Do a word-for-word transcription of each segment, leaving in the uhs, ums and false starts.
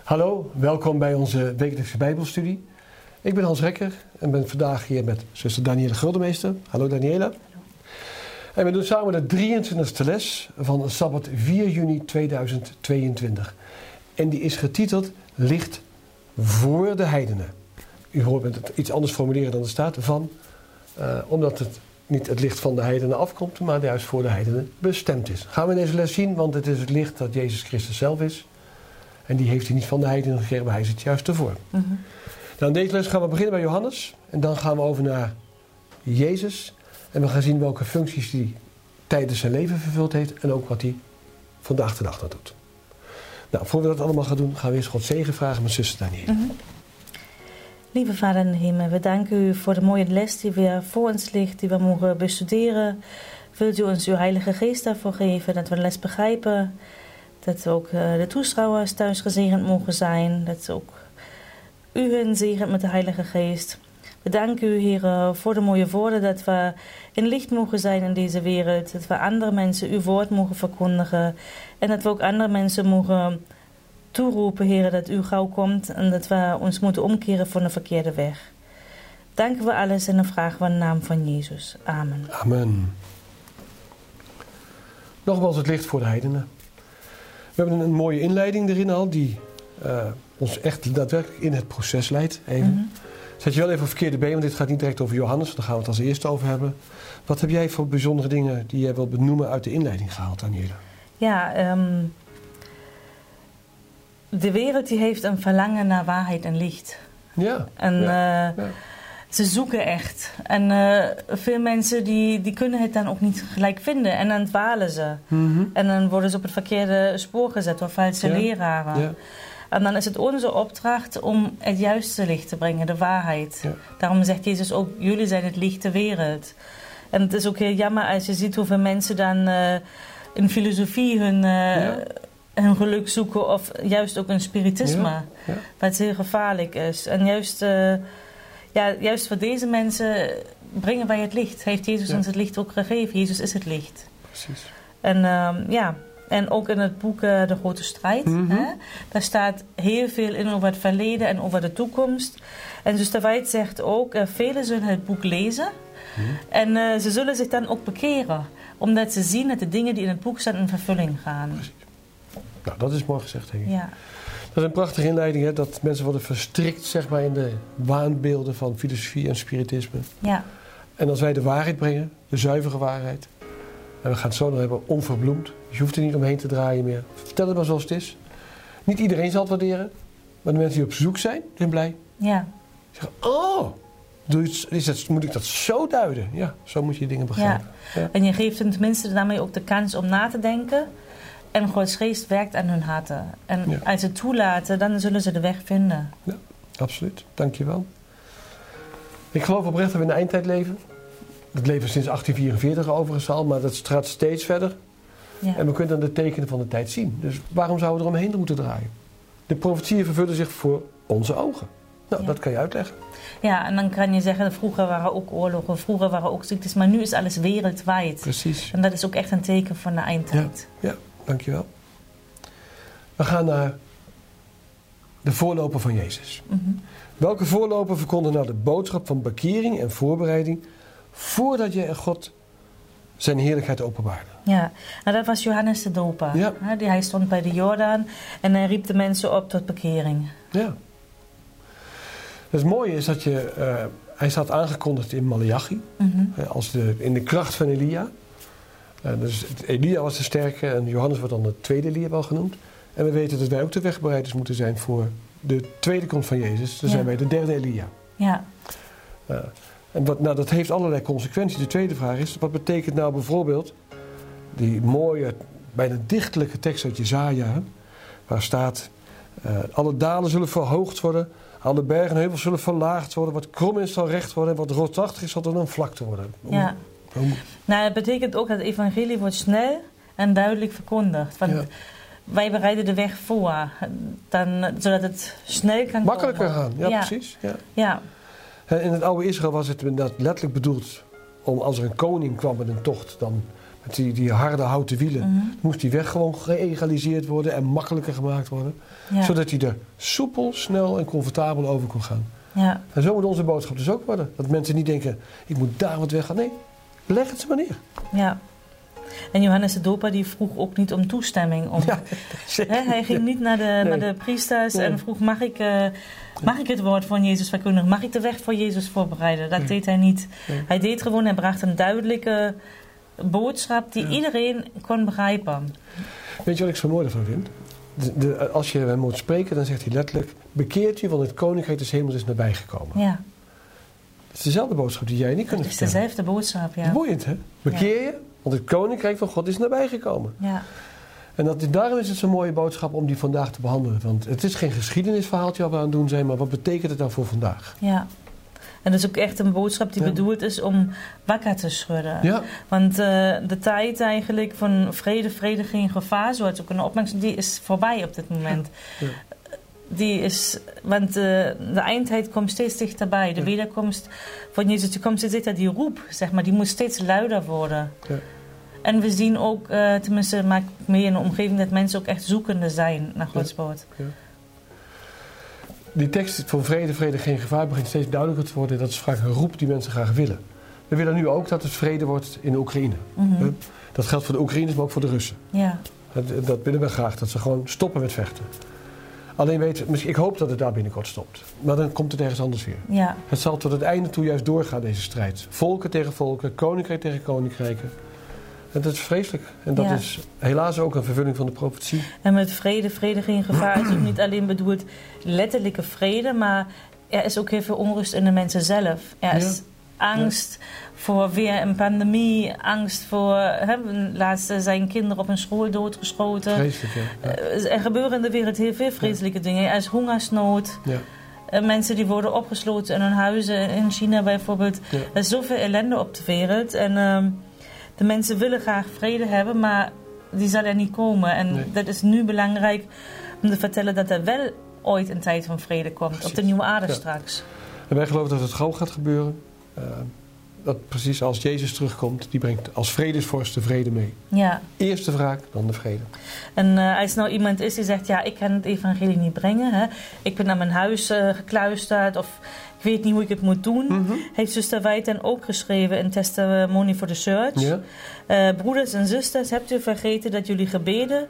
Hallo, welkom bij onze wekelijkse Bijbelstudie. Ik ben Hans Rekker en ben vandaag hier met zuster Daniëlle Guldenmeester. Hallo Daniëlle. Hallo. En we doen samen de drieëntwintigste les van Sabbat vier juni tweeduizend tweeëntwintig. En die is getiteld Licht voor de heidenen. U hoort het iets anders formuleren dan er staat van, uh, omdat het niet het licht van de heidenen afkomt, maar juist voor de heidenen bestemd is. Gaan we in deze les zien, want het is het licht dat Jezus Christus zelf is. En die heeft hij niet van de heidenen gekregen, maar hij zit juist ervoor. Mm-hmm. Nou, in deze les gaan we beginnen bij Johannes. En dan gaan we over naar Jezus. En we gaan zien welke functies hij tijdens zijn leven vervuld heeft. En ook wat hij vandaag de dag nog doet. Nou, voor we dat allemaal gaan doen, gaan we eerst God zegen vragen met zuster Daniëlle. Mm-hmm. Lieve Vader in de hemel, we danken u voor de mooie les die weer voor ons ligt, die we mogen bestuderen. Wilt u ons uw Heilige Geest daarvoor geven, dat we de les begrijpen. Dat ook de toeschouwers thuis gezegend mogen zijn. Dat ook u hen zegent met de Heilige Geest. We danken u, Heer, voor de mooie woorden. Dat we in licht mogen zijn in deze wereld. Dat we andere mensen uw woord mogen verkondigen. En dat we ook andere mensen mogen toeroepen, Heer, dat u gauw komt. En dat we ons moeten omkeren van de verkeerde weg. Danken we alles en dan vragen we in de naam van Jezus. Amen. Amen. Nogmaals het licht voor de heidenen. We hebben een mooie inleiding erin al, die uh, ons echt daadwerkelijk in het proces leidt. Even. Mm-hmm. Zet je wel even op verkeerde been, want dit gaat niet direct over Johannes. Daar gaan we het als eerste over hebben. Wat heb jij voor bijzondere dingen die jij wilt benoemen uit de inleiding gehaald, Daniëlle? Ja, um, de wereld die heeft een verlangen naar waarheid en licht. Ja. En ja, uh, ja. ze zoeken echt. En uh, veel mensen die, die kunnen het dan ook niet gelijk vinden. En dan dwalen ze. Mm-hmm. En dan worden ze op het verkeerde spoor gezet door valse ja. leraren. Ja. En dan is het onze opdracht om het juiste licht te brengen, de waarheid. Ja. Daarom zegt Jezus ook, jullie zijn het licht der wereld. En het is ook heel jammer als je ziet hoeveel mensen dan uh, in filosofie hun, uh, ja. hun geluk zoeken. Of juist ook in spiritisme. Ja. Ja. Wat heel gevaarlijk is. En juist... Uh, Ja, juist voor deze mensen brengen wij het licht. Heeft Jezus ja. ons het licht ook gegeven. Jezus is het licht. Precies. En, uh, ja. en ook in het boek uh, De Grote Strijd. Mm-hmm. Hè, daar staat heel veel in over het verleden en over de toekomst. En zuster White zegt ook, uh, velen zullen het boek lezen. Mm-hmm. En uh, ze zullen zich dan ook bekeren. Omdat ze zien dat de dingen die in het boek staan in vervulling gaan. Precies. Nou, dat is mooi gezegd, denk ik. Ja. Dat is een prachtige inleiding, hè? Dat mensen worden verstrikt zeg maar, in de waanbeelden van filosofie en spiritisme. Ja. En als wij de waarheid brengen, de zuivere waarheid, en we gaan het zo nog hebben, onverbloemd. Je hoeft er niet omheen te draaien meer. Vertel het maar zoals het is. Niet iedereen zal het waarderen, maar de mensen die op zoek zijn, zijn blij. Ja. Zeggen, oh, is dat, moet ik dat zo duiden? Ja, zo moet je dingen begrijpen. Ja. Ja. En je geeft hen tenminste daarmee ook de kans om na te denken. En Gods geest werkt aan hun harten. En ja. als ze het toelaten, dan zullen ze de weg vinden. Ja, absoluut. Dank je wel. Ik geloof oprecht dat we in de eindtijd leven. Het leven sinds achttien vierenveertig overigens al, maar dat straat steeds verder. Ja. En we kunnen dan de tekenen van de tijd zien. Dus waarom zouden we eromheen moeten draaien? De profetieën vervullen zich voor onze ogen. Nou, ja. dat kan je uitleggen. Ja, en dan kan je zeggen, vroeger waren ook oorlogen, vroeger waren ook ziektes, maar nu is alles wereldwijd. Precies. En dat is ook echt een teken van de eindtijd. Ja, ja. Dankjewel. We gaan naar de voorloper van Jezus. Mm-hmm. Welke voorloper verkondigt nou de boodschap van bekering en voorbereiding voordat je God zijn heerlijkheid openbaarde? Ja, nou dat was Johannes de Doper. Ja. Hij stond bij de Jordaan en hij riep de mensen op tot bekering. Ja. Het mooie is dat je, uh, hij staat aangekondigd in Maleachi, mm-hmm. als de, in de kracht van Elia. Uh, dus Elia was de sterke en Johannes wordt dan de tweede Elia wel genoemd. En we weten dat wij ook de wegbereiders moeten zijn voor de tweede komst van Jezus. Dan ja. zijn wij de derde Elia. Ja. Uh, en wat, nou, dat heeft allerlei consequenties. De tweede vraag is, wat betekent nou bijvoorbeeld die mooie, bijna dichtelijke tekst uit Jesaja, waar staat, uh, alle dalen zullen verhoogd worden, alle bergen en heuvels zullen verlaagd worden, wat krom is zal recht worden en wat roodachtig is zal dan een vlakte worden. Ja. Nou, het betekent ook dat het evangelie wordt snel en duidelijk verkondigd. Want ja. wij bereiden de weg voor, dan, zodat het snel kan makkelijker komen. gaan, ja, ja. precies. Ja. Ja. In het oude Israël was het inderdaad letterlijk bedoeld om als er een koning kwam met een tocht, dan met die, die harde houten wielen. Mm-hmm. Moest die weg gewoon geëgaliseerd worden en makkelijker gemaakt worden. Ja. Zodat hij er soepel, snel en comfortabel over kon gaan. Ja. En zo moet onze boodschap dus ook worden. Dat mensen niet denken, ik moet daar wat weg gaan. Nee, leg het ze maar neer. Ja. En Johannes de Doper die vroeg ook niet om toestemming. Om, Ja, hè, hij ging niet naar de, nee. naar de priesters nee. en vroeg, mag ik, uh, mag ik het woord van Jezus verkondigen? Mag ik de weg voor Jezus voorbereiden? Dat nee. deed hij niet. Nee. Hij deed gewoon, hij bracht een duidelijke boodschap die ja. iedereen kon begrijpen. Weet je wat ik zo mooi ervan vind? De, de, als je hem moet spreken, dan zegt hij letterlijk, bekeert u, want het koninkrijk des hemels is nabijgekomen. Ja. Het is dezelfde boodschap die jij niet kunt vertellen. Het is dezelfde boodschap, ja. Boeiend, hè? Bekeer je, want het koninkrijk van God is nabijgekomen. Ja. En dat, daarom is het zo'n mooie boodschap om die vandaag te behandelen. Want het is geen geschiedenisverhaaltje wat we aan het doen zijn, maar wat betekent het dan voor vandaag? Ja. En dat is ook echt een boodschap die ja. bedoeld is om wakker te schudden. Ja. Want uh, de tijd eigenlijk van vrede, vrede, geen gevaar, zoals ook een opmerking, die is voorbij op dit moment. Ja. Ja. Die is, want uh, de eindtijd komt steeds dichterbij. De ja. wederkomst van Jezus, die komt steeds dichter, die roep, zeg maar, die moet steeds luider worden. Ja. En we zien ook, uh, tenminste maak ik mee in de omgeving, dat mensen ook echt zoekende zijn naar Gods woord. Ja. Ja. Die tekst van vrede, vrede, geen gevaar begint steeds duidelijker te worden. Dat is vaak een roep die mensen graag willen. We willen nu ook dat het vrede wordt in de Oekraïne. Mm-hmm. Dat geldt voor de Oekraïners, maar ook voor de Russen. Ja. Dat, dat willen we graag, dat ze gewoon stoppen met vechten. Alleen weet, ik hoop dat het daar binnenkort stopt. Maar dan komt het ergens anders weer. Ja. Het zal tot het einde toe juist doorgaan, deze strijd. Volken tegen volken, koninkrijk tegen koninkrijken. En dat is vreselijk. En dat ja. is helaas ook een vervulling van de profetie. En met vrede, vrede geen gevaar is ook niet alleen bedoeld letterlijke vrede, maar er is ook heel veel onrust in de mensen zelf. Er is ja. angst ja. voor weer een pandemie, angst voor, hè, laatst zijn kinderen op een school doodgeschoten. Vreselijk, ja. Ja. Er gebeuren in de wereld heel veel vreselijke ja. dingen. Er is hongersnood. Ja. Mensen die worden opgesloten in hun huizen, in China bijvoorbeeld. Ja. Er is zoveel ellende op de wereld. En um, de mensen willen graag vrede hebben, maar die zal er niet komen. En nee. dat is nu belangrijk om te vertellen dat er wel ooit een tijd van vrede komt. Precies. Op de nieuwe aarde ja. straks. En wij geloven dat het gauw gaat gebeuren. Uh, dat precies als Jezus terugkomt, die brengt als vredesvorst de vrede mee. Ja. Eerst de wraak, dan de vrede. En uh, als nou iemand is die zegt, ja, ik kan het evangelie niet brengen. Hè? Ik ben naar mijn huis uh, gekluisterd of ik weet niet hoe ik het moet doen. Mm-hmm. Heeft zuster Wijten ook geschreven in Testimony for the Church. Ja. Uh, broeders en zusters, hebt u vergeten dat jullie gebeden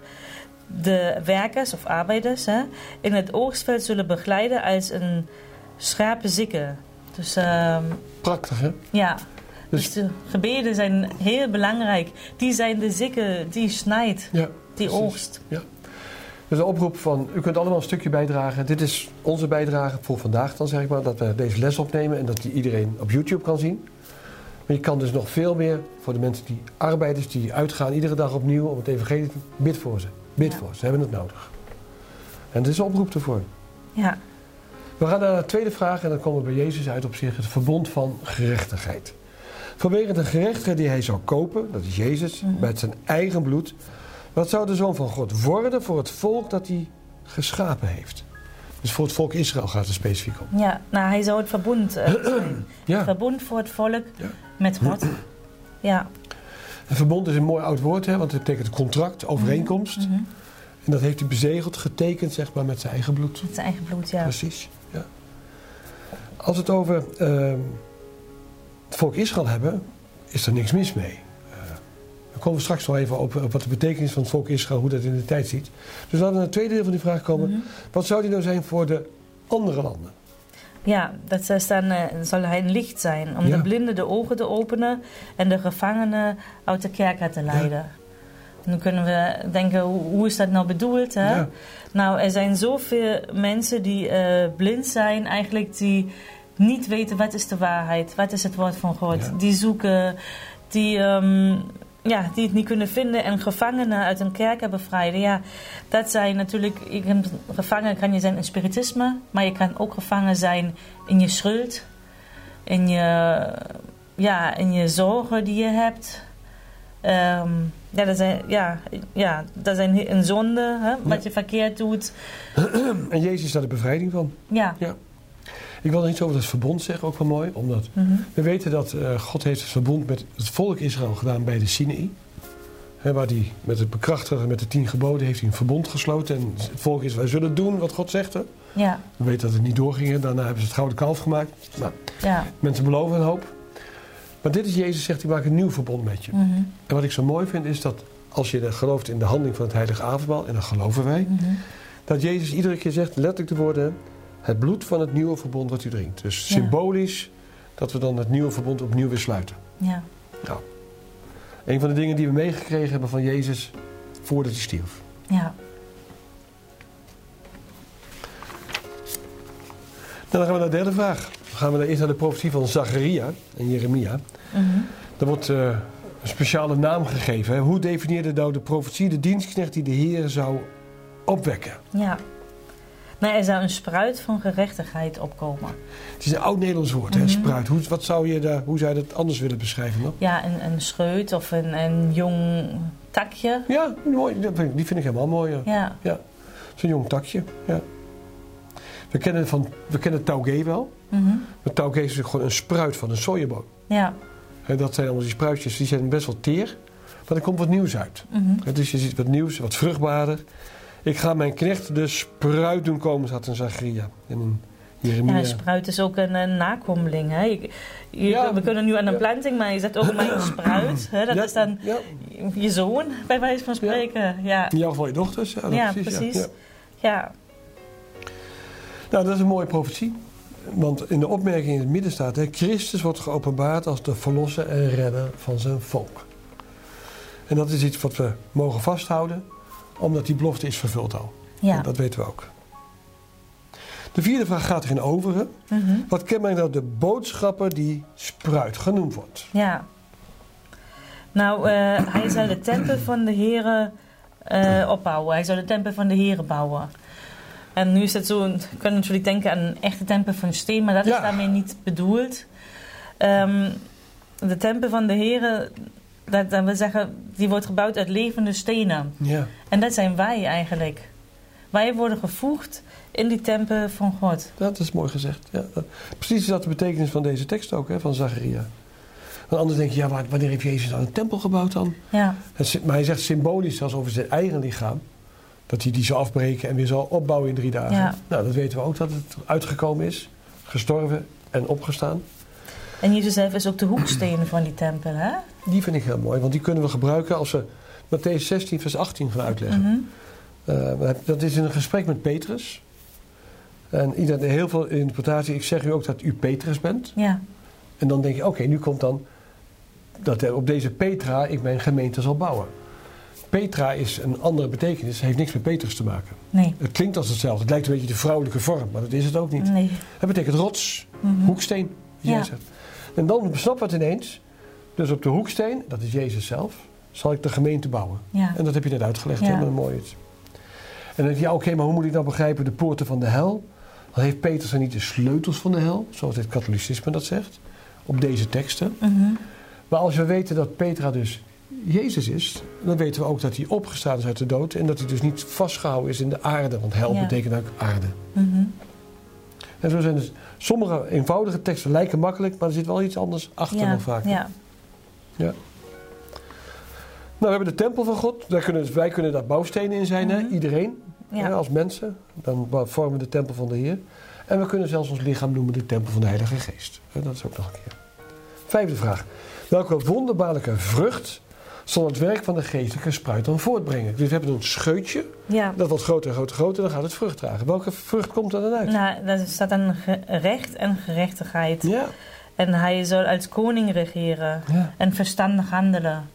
de werkers of arbeiders hè, in het oogstveld zullen begeleiden als een scherpe zikke. Dus, uh, prachtig, hè? Ja. Dus, dus de gebeden zijn heel belangrijk. Die zijn de zikke die snijdt, ja, die precies. Oogst. Ja. Dus een oproep van, u kunt allemaal een stukje bijdragen. Dit is onze bijdrage voor vandaag dan, zeg ik maar. Dat we deze les opnemen en dat die iedereen op YouTube kan zien. Maar je kan dus nog veel meer voor de mensen die arbeiders die uitgaan iedere dag opnieuw om het evangelie te bid voor ze. Bid ja. voor ze, ze hebben het nodig. En dit is een oproep ervoor. Ja. We gaan naar de tweede vraag en dan komen we bij Jezus uit op zich het verbond van gerechtigheid. Vanwege de gerechtigheid die hij zou kopen, dat is Jezus, mm-hmm. met zijn eigen bloed. Wat zou de Zoon van God worden voor het volk dat hij geschapen heeft? Dus voor het volk Israël gaat het specifiek om. Ja, nou hij zou het verbond uh, zijn. Ja. Het verbond voor het volk ja. met God. Ja. Een verbond is een mooi oud woord, hè, want het betekent contract, overeenkomst. Mm-hmm. En dat heeft hij bezegeld, getekend, zeg maar, met zijn eigen bloed. Met zijn eigen bloed, ja. Precies, ja. Als we het over uh, het volk Israël hebben, is er niks mis mee. Uh, dan komen we straks nog even op, op wat de betekenis van het volk Israël, hoe dat in de tijd ziet. Dus laten we naar het tweede deel van die vraag komen. Mm-hmm. Wat zou die nou zijn voor de andere landen? Ja, dat dan, uh, zal hij een licht zijn. Om ja. de blinden de ogen te openen en de gevangenen uit de kerker te leiden. Ja. En dan kunnen we denken, hoe, hoe is dat nou bedoeld? Hè? Ja. Nou, er zijn zoveel mensen die uh, blind zijn, eigenlijk die niet weten wat is de waarheid, wat is het woord van God. Ja. Die zoeken, die, um, ja, die het niet kunnen vinden en gevangenen uit een kerker bevrijden. Ja, dat zijn natuurlijk, je kan, gevangen kan je zijn in spiritisme, maar je kan ook gevangen zijn in je schuld, in je, ja, in je zorgen die je hebt. Um, ja, dat zijn, ja, ja, dat zijn een zonde, hè, wat ja. je verkeerd doet. En Jezus is daar de bevrijding van. Ja. ja. Ik wil er iets over het verbond zeggen, ook wel mooi. Omdat mm-hmm. we weten dat uh, God heeft het verbond met het volk Israël gedaan bij de Sinaï. He, waar hij met het bekrachtigen met de tien geboden heeft hij een verbond gesloten. En het volk is, wij zullen doen wat God zegt. Hè? Ja. We weten dat het niet doorging. Daarna hebben ze het gouden kalf gemaakt. Nou, ja. Mensen beloven een hoop. Maar dit is Jezus zegt, ik maak een nieuw verbond met je. Mm-hmm. En wat ik zo mooi vind is dat als je gelooft in de handeling van het heilige avondmaal, en dat geloven wij, Mm-hmm. dat Jezus iedere keer zegt, letterlijk de woorden, het bloed van het nieuwe verbond wat u drinkt. Dus ja. symbolisch dat we dan het nieuwe verbond opnieuw weer sluiten. Ja. Nou, een van de dingen die we meegekregen hebben van Jezus voordat hij stierf. Ja. Dan gaan we naar de derde vraag. Dan gaan we eerst naar de profetie van Zacharia en Jeremia. Mm-hmm. Er wordt uh, een speciale naam gegeven. Hè? Hoe definieerde nou de profetie de dienstknecht die de Heer zou opwekken? Ja. Nou, er zou een spruit van gerechtigheid opkomen. Het is een oud-Nederlands woord, mm-hmm. hè? Spruit. Hoe, wat zou je daar, hoe zou je dat anders willen beschrijven dan? Ja, een, een scheut of een, een jong takje. Ja, mooi. Die vind ik helemaal mooi. Ja. Ja. Ja. Zo'n jong takje. Ja. We kennen, van, we kennen taugé wel. Mm-hmm. Maar taugé is natuurlijk gewoon een spruit van een sojaboon. Ja. En dat zijn allemaal die spruitjes, die zijn best wel teer. Maar er komt wat nieuws uit. Mm-hmm. Dus je ziet wat nieuws, wat vruchtbaarder. Ik ga mijn knecht de spruit doen komen, staat in Zacharia. En in Jeremia. Ja, een spruit is ook een, een nakomeling. Hè? Je, je, Ja, we kunnen nu aan een ja. planting, maar je zegt ook mijn spruit. Hè? Dat Ja, is dan ja. je zoon, bij wijze van spreken. Ja, ja. In jouw geval je dochters. Ja, ja precies. precies. Ja. Ja. Ja. Nou, dat is een mooie profetie. Want in de opmerking in het midden staat, hè, Christus wordt geopenbaard als de verlosser en redder van zijn volk. En dat is iets wat we mogen vasthouden, omdat die belofte is vervuld al. Ja. En dat weten we ook. De vierde vraag gaat erin over. Hè? Mm-hmm. Wat kenmerkt nou de boodschapper die spruit genoemd wordt? Ja. Nou, uh, hij zou de tempel van de Here uh, opbouwen. Hij zou de tempel van de Here bouwen. En nu is het zo, je kunt natuurlijk denken aan een echte tempel van steen, maar dat Ja. is daarmee niet bedoeld. Um, de tempel van de Here, dat, dat wil zeggen, die wordt gebouwd uit levende stenen. Ja. En dat zijn wij eigenlijk. Wij worden gevoegd in die tempel van God. Dat is mooi gezegd. Ja. Precies is dat de betekenis van deze tekst ook, hè, van Zacharia. Want anders denk je, ja, wanneer heeft Jezus dan een tempel gebouwd dan? Ja. Het, maar hij zegt symbolisch zelfs over zijn eigen lichaam. Dat hij die zal afbreken en weer zal opbouwen in drie dagen. Ja. Nou, dat weten we ook dat het uitgekomen is. Gestorven en opgestaan. En Jezus zelf is ook de hoeksteen van die tempel, hè? Die vind ik heel mooi, want die kunnen we gebruiken als we Mattheüs zestien vers achttien gaan uitleggen. Mm-hmm. Uh, dat is in een gesprek met Petrus. En ieder, heel veel interpretatie, ik zeg u ook dat u Petrus bent. Ja. En dan denk je, oké, okay, nu komt dan dat er op deze Petra ik mijn gemeente zal bouwen. Petra is een andere betekenis, het heeft niks met Petrus te maken. Nee. Het klinkt als hetzelfde, het lijkt een beetje de vrouwelijke vorm, maar dat is het ook niet. Nee. Het betekent rots, Mm-hmm. hoeksteen, Ja. Jezus. En dan snappen we het ineens, dus op de hoeksteen, dat is Jezus zelf, zal ik de gemeente bouwen. Ja. En dat heb je net uitgelegd, Ja. hè, met een mooi iets. En dan denk je, ja, oké, okay, maar hoe moet ik nou begrijpen de poorten van de hel? Dan heeft Petrus dan niet de sleutels van de hel, zoals het katholicisme dat zegt, op deze teksten. Mm-hmm. Maar als we weten dat Petra dus Jezus is, dan weten we ook dat hij opgestaan is uit de dood en dat hij dus niet vastgehouden is in de aarde, want hel Ja. betekent ook aarde. Mm-hmm. En zo zijn dus sommige eenvoudige teksten lijken makkelijk, maar er zit wel iets anders achter Ja. nog vaak. Ja. Ja. Nou, we hebben de tempel van God. Daar kunnen, wij kunnen daar bouwstenen in zijn, Mm-hmm. hè? Iedereen, Ja. hè, als mensen. Dan vormen we de tempel van de Heer. En we kunnen zelfs ons lichaam noemen de tempel van de Heilige Geest. Hè, dat is ook nog een keer. Vijfde vraag. Welke wonderbaarlijke vrucht zal het werk van de geestelijke spruit dan voortbrengen? Dus we hebben een scheutje, Ja. dat wordt groter en groter en groter, dan gaat het vrucht dragen. Welke vrucht komt er dan uit? Nou, daar staat dan ge- recht en gerechtigheid. Ja. En hij zal als koning regeren Ja. en verstandig handelen.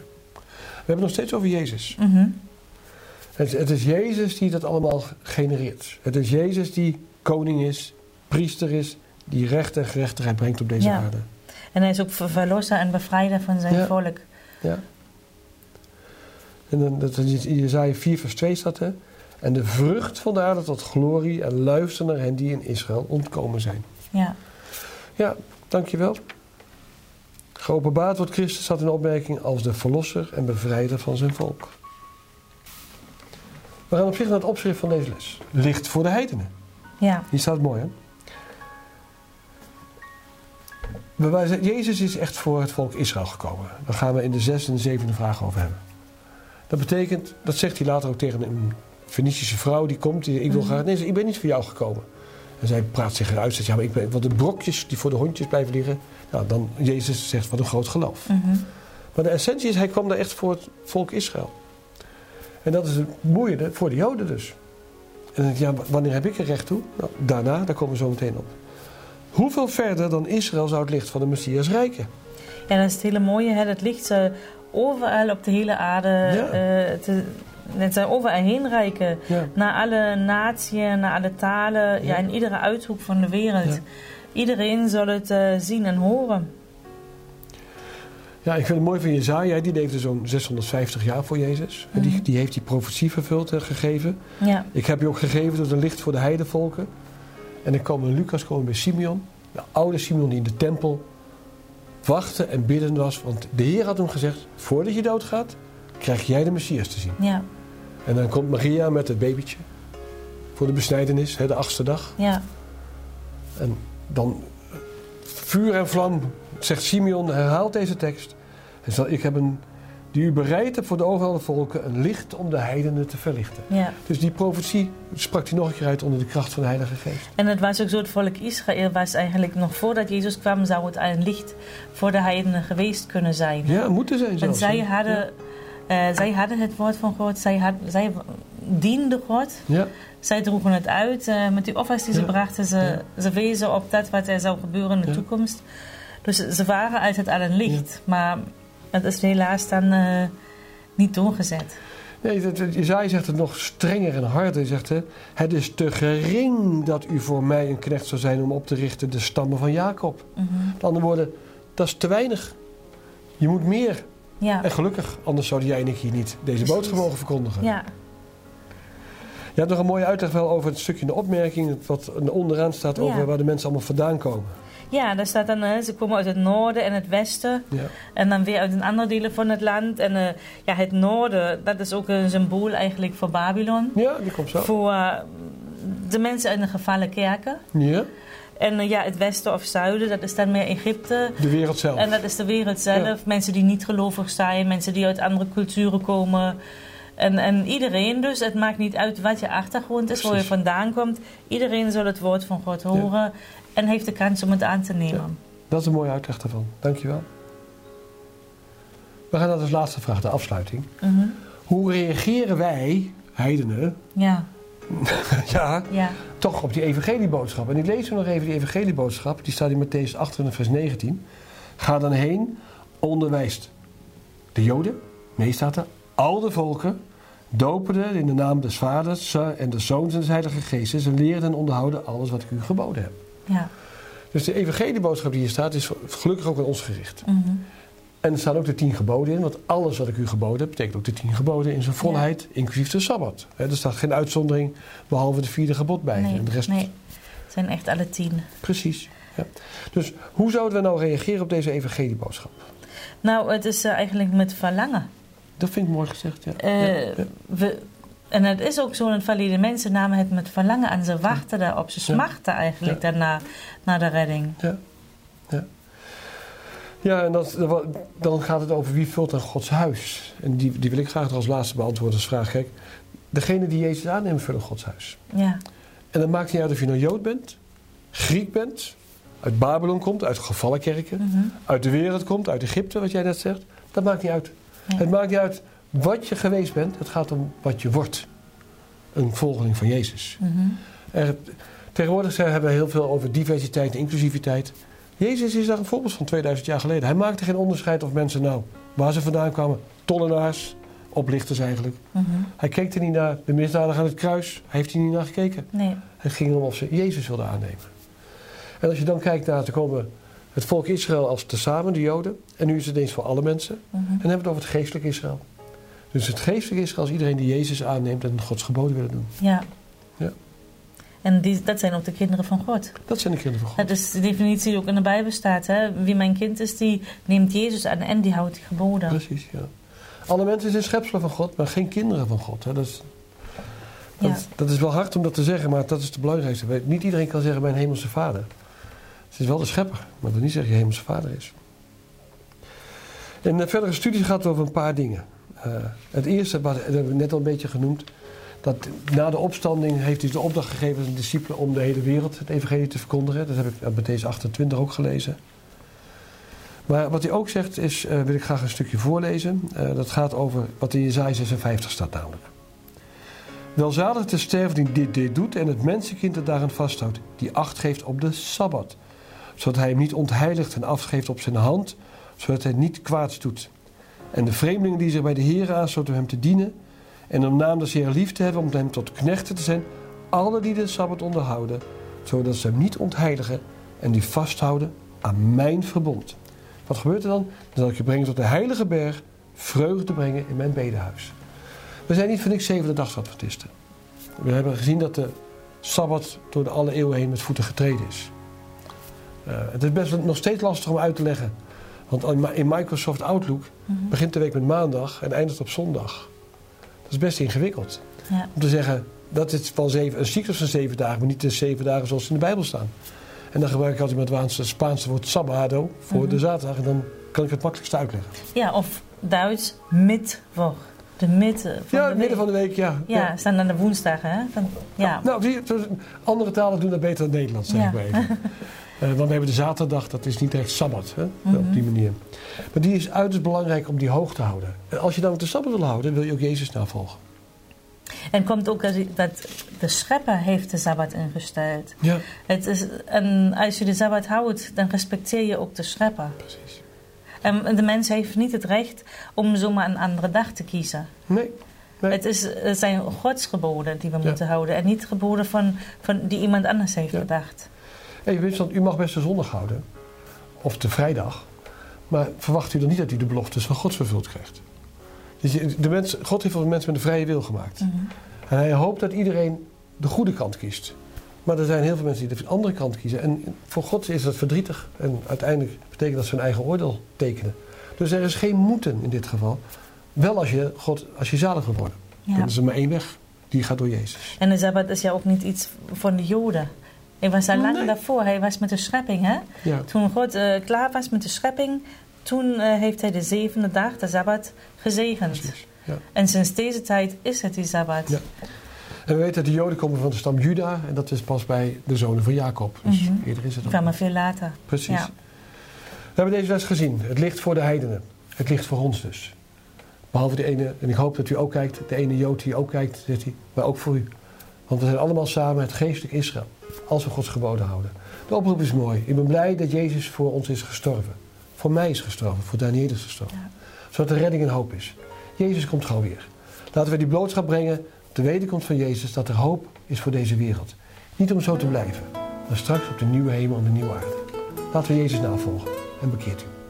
We hebben het nog steeds over Jezus. Mm-hmm. Het, het is Jezus die dat allemaal genereert. Het is Jezus die koning is, priester is, die recht en gerechtigheid brengt op deze Ja. aarde. En hij is ook ver- verlosser en bevrijder van zijn Ja. volk. Ja. En dan, dat is in Jesaja vier vers twee staat er. En de vrucht van de aarde tot glorie en luister naar hen die in Israël ontkomen zijn. Ja. Ja, dankjewel. Geopenbaard wordt Christus, staat in de opmerking, als de verlosser en bevrijder van zijn volk. We gaan op zich naar het opschrift van deze les. Licht voor de heidenen. Ja. Hier staat het mooi, hè? We- wij zeggen, Jezus is echt voor het volk Israël gekomen. Daar gaan we in de zesde en de zevende vraag over hebben. Dat betekent, dat zegt hij later ook tegen een Fenicische vrouw die komt. Die, ik wil graag, nee, ik ben niet voor jou gekomen. En zij praat zich eruit. Zegt, ja, maar ik ben, wat de brokjes die voor de hondjes blijven liggen. Nou, dan Jezus zegt, wat een groot geloof. Mm-hmm. Maar de essentie is, hij kwam daar echt voor het volk Israël. En dat is het boeiende voor de Joden dus. En dan denk ik, ja, wanneer heb ik er recht toe? Nou, daarna, daar komen we zo meteen op. Hoeveel verder dan Israël zou het licht van de Messias reiken? Ja, dat is het hele mooie. Hè? Het licht zou overal op de hele aarde, Ja. uh, te, het zou overal heen reiken. Ja. Naar alle naties, naar alle talen, ja. Ja, in iedere uithoek van de wereld. Ja. Iedereen zal het uh, zien en horen. Ja, ik vind het mooi van Jezaja. Die leefde zo'n zeshonderdvijftig jaar voor Jezus. En die, Mm-hmm. die heeft die profetie vervuld en gegeven. Ja. Ik heb je ook gegeven tot een licht voor de heidevolken. En dan komen Lucas komen bij Simeon. De oude Simeon die in de tempel wachtte en bidden was. Want de Heer had hem gezegd, voordat je doodgaat, krijg jij de Messias te zien. Ja. En dan komt Maria met het babytje. Voor de besnijdenis, de achtste dag. Ja. En dan vuur en vlam, zegt Simeon, herhaalt deze tekst. Hij zegt, ik heb een, die u bereid hebt voor de ogen van de volken, een licht om de heidenen te verlichten. Ja. Dus die profetie sprak hij nog een keer uit onder de kracht van de Heilige Geest. En het was ook zo, het volk Israël was eigenlijk nog voordat Jezus kwam, zou het al een licht voor de heidenen geweest kunnen zijn. Ja, moeten zijn zelfs. En zij hadden, ja. uh, zij hadden het woord van God, zij, had, zij dienden God. Ja. Zij droegen het uit. Uh, met die offers die ze Ja. brachten, ze, Ja. ze wezen op dat wat er zou gebeuren in de Ja. toekomst. Dus ze waren altijd al een licht. Ja. Maar het is helaas dan uh, niet doorgezet. Nee, Jezaja zegt het nog strenger en harder. Hij zegt, hè, het is te gering dat u voor mij een knecht zou zijn om op te richten de stammen van Jacob. Mm-hmm. Met andere woorden, dat is te weinig. Je moet meer. Ja. En gelukkig, anders zouden jij en ik hier niet deze Precies. boodschap mogen verkondigen. Ja. Je hebt nog een mooie uitleg wel over het stukje in de opmerking, wat onderaan staat over Ja. waar de mensen allemaal vandaan komen. Ja, daar staat dan, uh, ze komen uit het noorden en het westen. Ja. En dan weer uit een andere delen van het land. En uh, ja, het noorden, dat is ook een symbool eigenlijk voor Babylon. Ja, die komt zo. Voor uh, de mensen uit de gevallen kerken. Ja, En uh, ja, het westen of zuiden, dat is dan meer Egypte. de wereld zelf. En dat is de wereld zelf. Ja. Mensen die niet gelovig zijn, mensen die uit andere culturen komen. En, en iedereen dus, het maakt niet uit wat je achtergrond is, waar je Precies. vandaan komt. Iedereen zal het woord van God horen Ja. en heeft de kans om het aan te nemen. Ja. Dat is een mooie uitleg daarvan. Dankjewel. We gaan naar de laatste vraag, de afsluiting. Mm-hmm. Hoe reageren wij, heidenen, Ja, ja, ja, toch op die evangelieboodschap? En ik lees er nog even die evangelieboodschap. Die staat in Mattheüs achtentwintig vers negentien. Ga dan heen, onderwijst de Joden, nee staat er, al de volken, dopende in de naam des Vaders en des Zoons en des Heilige Geestes en leerden en onderhouden alles wat ik u geboden heb. ja. Dus de evangelieboodschap die hier staat is gelukkig ook aan ons gericht. Mm-hmm. En er staan ook de tien geboden in, want alles wat ik u geboden heb, betekent ook de tien geboden in zijn volheid, ja. Inclusief de Sabbat. He, er staat geen uitzondering behalve de vierde gebod bij. Nee, en de rest... nee, het zijn echt alle tien. Precies. Ja. Dus hoe zouden we nou reageren op deze evangelieboodschap? Nou, het is uh, eigenlijk met verlangen. Dat vind ik mooi gezegd, ja. Uh, ja, ja. We, en het is ook zo in het verleden. Mensen namen het met verlangen en ze wachten daarop. Ze smachten ja. eigenlijk ja. daarna naar de redding. Ja, ja. Ja, en dat, dan gaat het over wie vult dan Gods huis. En die, die wil ik graag als laatste beantwoorden als vraag. Kijk, degene die Jezus aannemen vullen Gods huis. Ja. En dat maakt niet uit of je nou Jood bent, Griek bent, uit Babylon komt, uit gevallen kerken, Mm-hmm. uit de wereld komt, uit Egypte, wat jij net zegt. Dat maakt niet uit. Ja. Het maakt niet uit wat je geweest bent. Het gaat om wat je wordt. Een volgeling van Jezus. Mm-hmm. Er, tegenwoordig hebben we heel veel over diversiteit en inclusiviteit. Jezus is daar een voorbeeld van tweeduizend jaar geleden. Hij maakte geen onderscheid of mensen nou, waar ze vandaan kwamen, tollenaars, oplichters eigenlijk. Mm-hmm. Hij keek er niet naar, de misdadiger aan het kruis, hij heeft er niet naar gekeken. Nee. Het ging erom of ze Jezus wilden aannemen. En als je dan kijkt naar, te komen het volk Israël als tezamen, de Joden. En nu is het eens voor alle mensen. Mm-hmm. En dan hebben we het over het geestelijk Israël. Dus het geestelijk Israël is iedereen die Jezus aanneemt en Gods geboden willen doen. Ja. Ja. En die, dat zijn ook de kinderen van God. Dat zijn de kinderen van God. Dat is de definitie die ook in de Bijbel staat. Hè? Wie mijn kind is, die neemt Jezus aan en die houdt die geboden. Precies, ja. Alle mensen zijn schepselen van God, maar geen kinderen van God. Hè. Dat, is, dat, Ja. dat is wel hard om dat te zeggen, maar dat is het belangrijkste. Niet iedereen kan zeggen mijn hemelse vader. Het is wel de schepper, maar dat wil niet zeggen je hemelse vader is. In de verdere studie gaat het over een paar dingen. Uh, het eerste, wat, dat hebben we net al een beetje genoemd, dat na de opstanding heeft hij de opdracht gegeven aan de discipelen om de hele wereld het evangelie te verkondigen. Dat heb ik met deze achtentwintig ook gelezen. Maar wat hij ook zegt is, uh, wil ik graag een stukje voorlezen. Uh, dat gaat over wat in Jesaja zesenvijftig staat namelijk. Welzalig de sterven die dit, dit doet en het mensenkind dat daaraan vasthoudt, die acht geeft op de Sabbat, zodat hij hem niet ontheiligt en afgeeft op zijn hand, zodat hij niet kwaads doet. En de vreemdelingen die zich bij de Heer aansloten om hem te dienen en om naam des Heer lief te hebben, om hem tot knechten te zijn, alle die de Sabbat onderhouden, zodat ze hem niet ontheiligen en die vasthouden aan mijn verbond. Wat gebeurt er dan? Dan zal ik je brengen tot de heilige berg, vreugde brengen in mijn bedehuis. We zijn niet voor niks zevende-dagsadventisten. We hebben gezien dat de Sabbat door de alle eeuwen heen met voeten getreden is. Uh, het is best nog steeds lastig om uit te leggen. Want in Microsoft Outlook mm-hmm. begint de week met maandag en eindigt op zondag. Dat is best ingewikkeld. Ja. Om te zeggen, dat is van zeven, een cyclus van zeven dagen, maar niet de zeven dagen zoals ze in de Bijbel staan. En dan gebruik ik altijd met het Spaanse woord sabado voor mm-hmm. de zaterdag. En dan kan ik het makkelijkste uitleggen. Ja, of Duits mittwoch. De midden van ja, de week. midden van de week, ja. Ja, ja. staan dan de woensdagen, hè? Van, ja. Nou, die, andere talen doen dat beter dan Nederlands, zeg ja. ik maar even. uh, want we hebben de zaterdag, dat is niet echt sabbat, hè? Mm-hmm. Op die manier. Maar die is uiterst belangrijk om die hoog te houden. En als je dan de sabbat wil houden, wil je ook Jezus navolgen. En komt ook dat de schepper heeft de sabbat ingesteld. Ja. Het is, en als je de sabbat houdt, dan respecteer je ook de schepper. Precies. En de mens heeft niet het recht om zomaar een andere dag te kiezen. Nee. nee. Het, is, het zijn godsgeboden die we ja. moeten houden. En niet geboden van, van die iemand anders heeft ja. bedacht. Hey, u mag best de zondag houden. Of de vrijdag. Maar verwacht u dan niet dat u de beloftes van God vervuld krijgt. Dus de mens, God heeft de mens met een vrije wil gemaakt. Mm-hmm. En hij hoopt dat iedereen de goede kant kiest. Maar er zijn heel veel mensen die de andere kant kiezen. En voor God is dat verdrietig. En uiteindelijk betekent dat ze hun eigen oordeel tekenen. Dus er is geen moeten in dit geval. Wel als je, God, als je zalig wil worden. Ja. Dan is er maar één weg. Die gaat door Jezus. En de Sabbat is ja ook niet iets van de Joden. Hij was al lang nee. daarvoor. Hij was met de schepping. Hè? Ja. Toen God uh, klaar was met de schepping, toen uh, heeft hij de zevende dag, de Sabbat, gezegend. Ja. En sinds deze tijd is het die Sabbat. Ja. En we weten dat de Joden komen van de stam Juda. En dat is pas bij de zonen van Jacob. Dus mm-hmm. eerder is het dan. Maar veel later. Precies. Ja. We hebben deze les gezien. Het ligt voor de heidenen. Het ligt voor ons dus. Behalve de ene, en ik hoop dat u ook kijkt, de ene Jood die ook kijkt, zegt hij, maar ook voor u. Want we zijn allemaal samen het geestelijk Israël. Als we Gods geboden houden. De oproep is mooi. Ik ben blij dat Jezus voor ons is gestorven. Voor mij is gestorven. Voor Daniel is gestorven. Ja. Zodat er redding en hoop is. Jezus komt gauw weer. Laten we die boodschap brengen. De wederkomst van Jezus, dat er hoop is voor deze wereld. Niet om zo te blijven, maar straks op de nieuwe hemel en de nieuwe aarde. Laten we Jezus navolgen en bekeert u.